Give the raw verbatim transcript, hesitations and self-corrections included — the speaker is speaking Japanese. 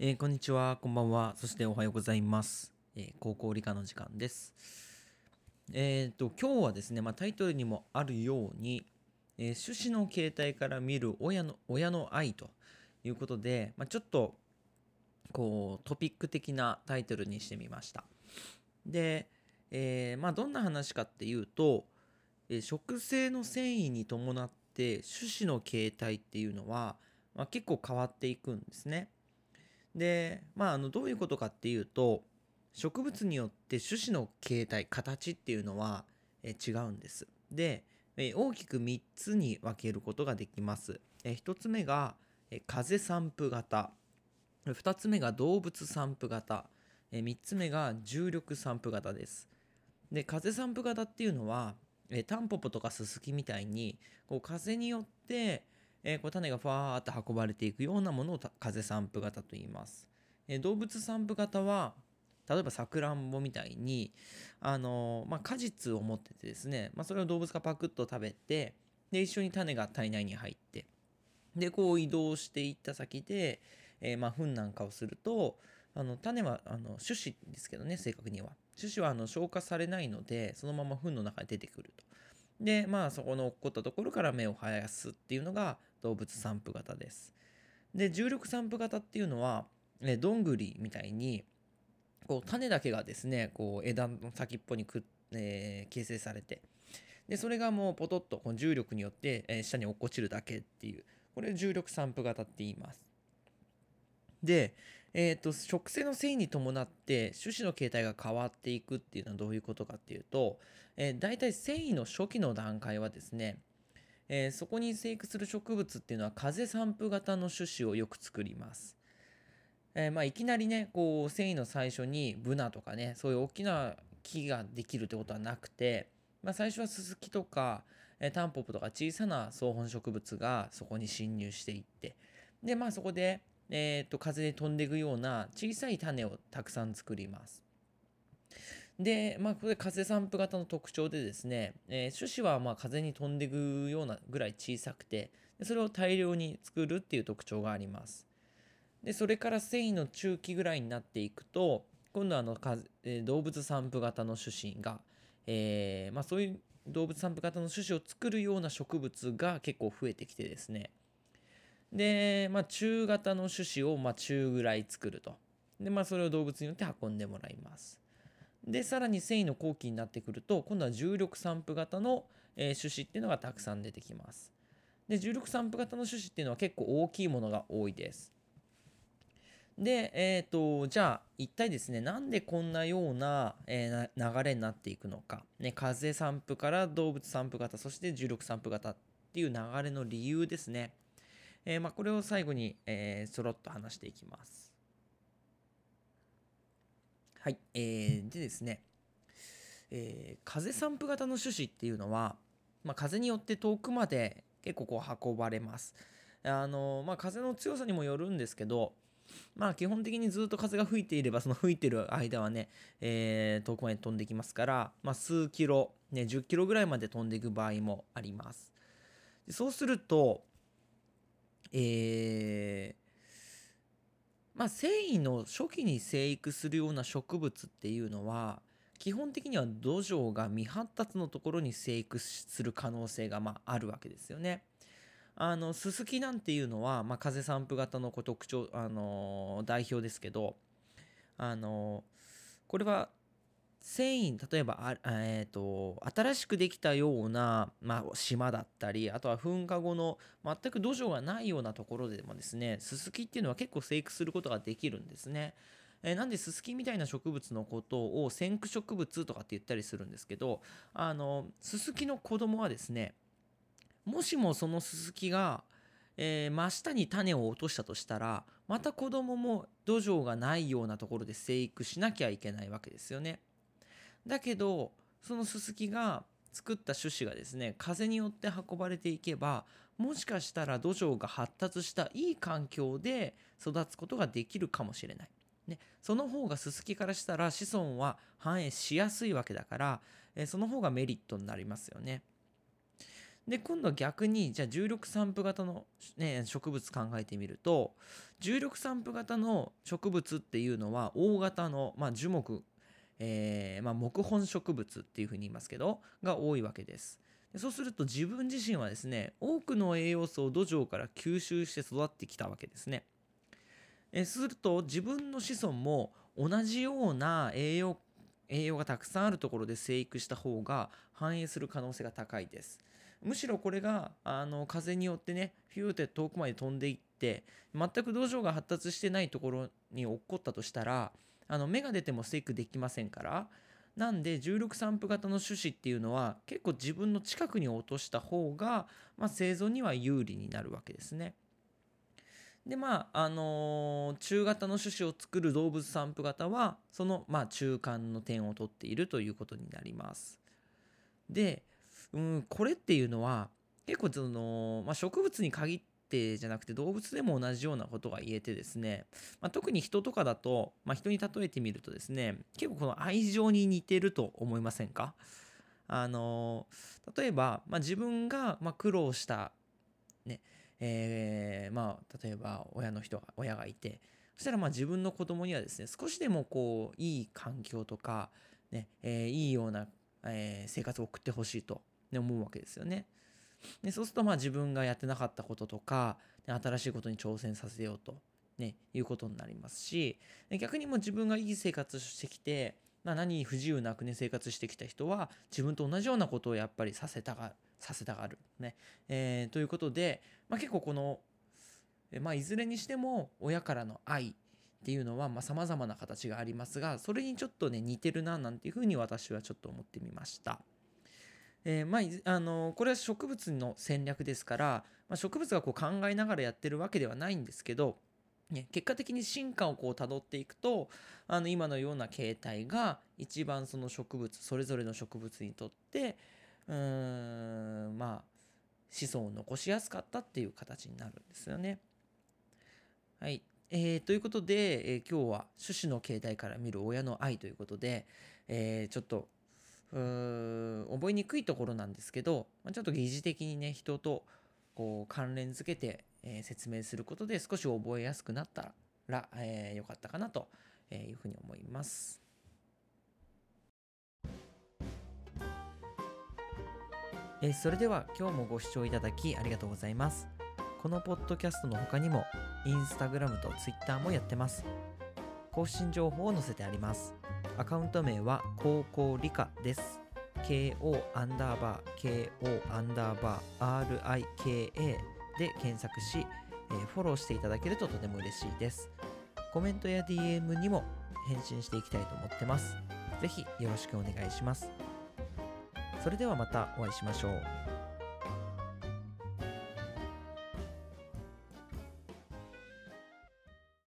えーこんにちは、こんばんは、そしておはようございます。えー高校理科の時間です。えっと、今日はですね、まあ、タイトルにもあるように、えー種子の形態から見る親の親の愛ということで、まあ、ちょっとこうトピック的なタイトルにしてみました。で、えーまあ、どんな話かっていうと、えー食性の遷移に伴って種子の形態っていうのは、まあ、結構変わっていくんですね。で、まあ、あのどういうことかっていうと、植物によって種子の形態、形っていうのは、えー違うんです。で、えー大きくみっつに分けることができます。えーひとつめが、えー風散布型。ふたつめが動物散布型。えーみっつめが重力散布型です。で、風散布型っていうのは、えータンポポとかススキみたいに、こう風によって、えーこう種がファーって運ばれていくようなものをた風散布型と言います。えー動物散布型は、例えばさくらんぼみたいに、あのーまあ、果実を持っててですね、まあ、それを動物がパクッと食べて、で、一緒に種が体内に入って、で、こう移動していった先で、えーまあ、糞なんかをすると、あの種はあの種子ですけどね、正確には。種子はあの消化されないので、そのまま糞の中で出てくると。で、まあ、そこの落っこったところから芽を生やすっていうのが動物散布型です。で、重力散布型っていうのは、えどんぐりみたいに、こう種だけがですね、こう枝の先っぽにく、えー形成されて、で、それがもうポトッとこの重力によって、えー下に落っこちるだけっていう、これ重力散布型って言います。で、えーと、植生の遷移に伴って種子の形態が変わっていくっていうのはどういうことかっていうと、えー、大体遷移の初期の段階はですね、えーそこに生育する植物っていうのは風散布型の種子をよく作ります。えーまあ、いきなりね、こう遷移の最初にブナとかね、そういう大きな木ができるってことはなくて、まあ、最初はススキとか、えータンポポとか小さな草本植物がそこに侵入していって、で、まあそこで、えーと、風で飛んでいくような小さい種をたくさん作ります。で、まあ、これ風散布型の特徴でですね、えー種子はまあ風に飛んでいくようなぐらい小さくて、でそれを大量に作るっていう特徴があります。で、それから繊維の中期ぐらいになっていくと、今度はあのか、えー動物散布型の種子が、えーまあ、そういう動物散布型の種子を作るような植物が結構増えてきてですね、で、まあ、中型の種子をまあ中ぐらい作ると。で、まあ、それを動物によって運んでもらいます。で、さらに繊維の後期になってくると、今度は重力散布型の、えー種子っていうのがたくさん出てきます。で、重力散布型の種子っていうのは結構大きいものが多いです。で、えーと、じゃあ一体ですね、なんでこんなような、えーな流れになっていくのか、ね、風散布から動物散布型、そして重力散布型っていう流れの理由ですね。えーまあ、これを最後に、えー、そろっと話していきます。はい、えー、でですね、えー風散布型の種子っていうのは、まあ、風によって遠くまで結構こう運ばれます。あのまあ、風の強さにもよるんですけど、まあ基本的にずっと風が吹いていれば、その吹いてる間はね、えー遠くまで飛んできますから、まあ、数キロ、ね、じゅっキロぐらいまで飛んでいく場合もあります。でそうすると、えーまあ、繊維の初期に生育するような植物っていうのは、基本的には土壌が未発達のところに生育する可能性がまああるわけですよね。あのススキなんていうのは、まあ、風散布型のこう特徴、あのー代表ですけど、あのこれは繊維、例えばあ、えーと新しくできたような、まあ、島だったり、あとは噴火後の全く土壌がないようなところでもですね、ススキっていうのは結構生育することができるんですね。えーなんでススキみたいな植物のことを先駆植物とかって言ったりするんですけど、あのススキの子供はですね、もしもそのススキが、えー真下に種を落としたとしたら、また子供も土壌がないようなところで生育しなきゃいけないわけですよね。だけど、そのススキが作った種子がですね、風によって運ばれていけば、もしかしたら土壌が発達したいい環境で育つことができるかもしれない。ね、その方がススキからしたら子孫は繁栄しやすいわけだから、えーその方がメリットになりますよね。 で今度は逆にじゃあ重力散布型の、ね、植物考えてみると、重力散布型の植物っていうのは大型の、まあ、樹木、えーまあ、木本植物っていうふうに言いますけどが多いわけです。でそうすると自分自身はですね、多くの栄養素を土壌から吸収して育ってきたわけですね。えそうすると自分の子孫も同じような栄養栄養がたくさんあるところで生育した方が繁栄する可能性が高いです。むしろこれがあの風によってね、フューって遠くまで飛んでいって全く土壌が発達してないところに落っこったとしたら、あの芽が出ても生育できませんから。なんで重力散布型の種子っていうのは結構自分の近くに落とした方が、まあ、生存には有利になるわけですね。でまああのー中型の種子を作る動物散布型はその、まあ、中間の点を取っているということになります。で、うん、これっていうのは結構その、まあ、植物に限ってじゃなくて動物でも同じようなことが言えてですね、まあ、特に人とかだと、まあ、人に例えてみるとですね、結構この愛情に似てると思いませんか？あのー例えば、まあ、自分が、まあ、苦労したね、えーまあ例えば親の人が親がいて、そしたらまあ自分の子供にはですね、少しでもこういい環境とかね、えーいいような、えー生活を送ってほしいと、ね、思うわけですよね。でそうするとまあ自分がやってなかったこととか、ね、新しいことに挑戦させようと、ね、いうことになりますし、逆にも自分がいい生活してきて、まあ、何不自由なくね生活してきた人は自分と同じようなことをやっぱりさせたがさせたがるね、えーということで、まあ、結構この、えまあ、いずれにしても親からの愛っていうのはさまざまな形がありますが、それにちょっとね似てるななんていうふうに私はちょっと思ってみました。えーまあ、あのこれは植物の戦略ですから、まあ、植物がこう考えながらやってるわけではないんですけど、ね、結果的に進化をこう辿っていくと、あの今のような形態が一番その植物それぞれの植物にとってうーんまあ子孫を残しやすかったっていう形になるんですよね。はい、えーということで、えー今日は種子の形態から見る親の愛ということで、えーちょっとうーん覚えにくいところなんですけど、まあちょっと疑似的にね人とこう関連づけて、えー説明することで少し覚えやすくなったら、えーよかったかなというふうに思います。えーそれでは今日もご視聴いただきありがとうございます。このポッドキャストの他にもインスタグラムとツイッターもやってます。更新情報を載せてあります。アカウント名は高校理科です。ko アンダーバー ko アンダーバー rika で検索し、えーフォローしていただけるととても嬉しいです。コメントや ディーエム にも返信していきたいと思ってます。ぜひよろしくお願いします。それではまたお会いしましょう。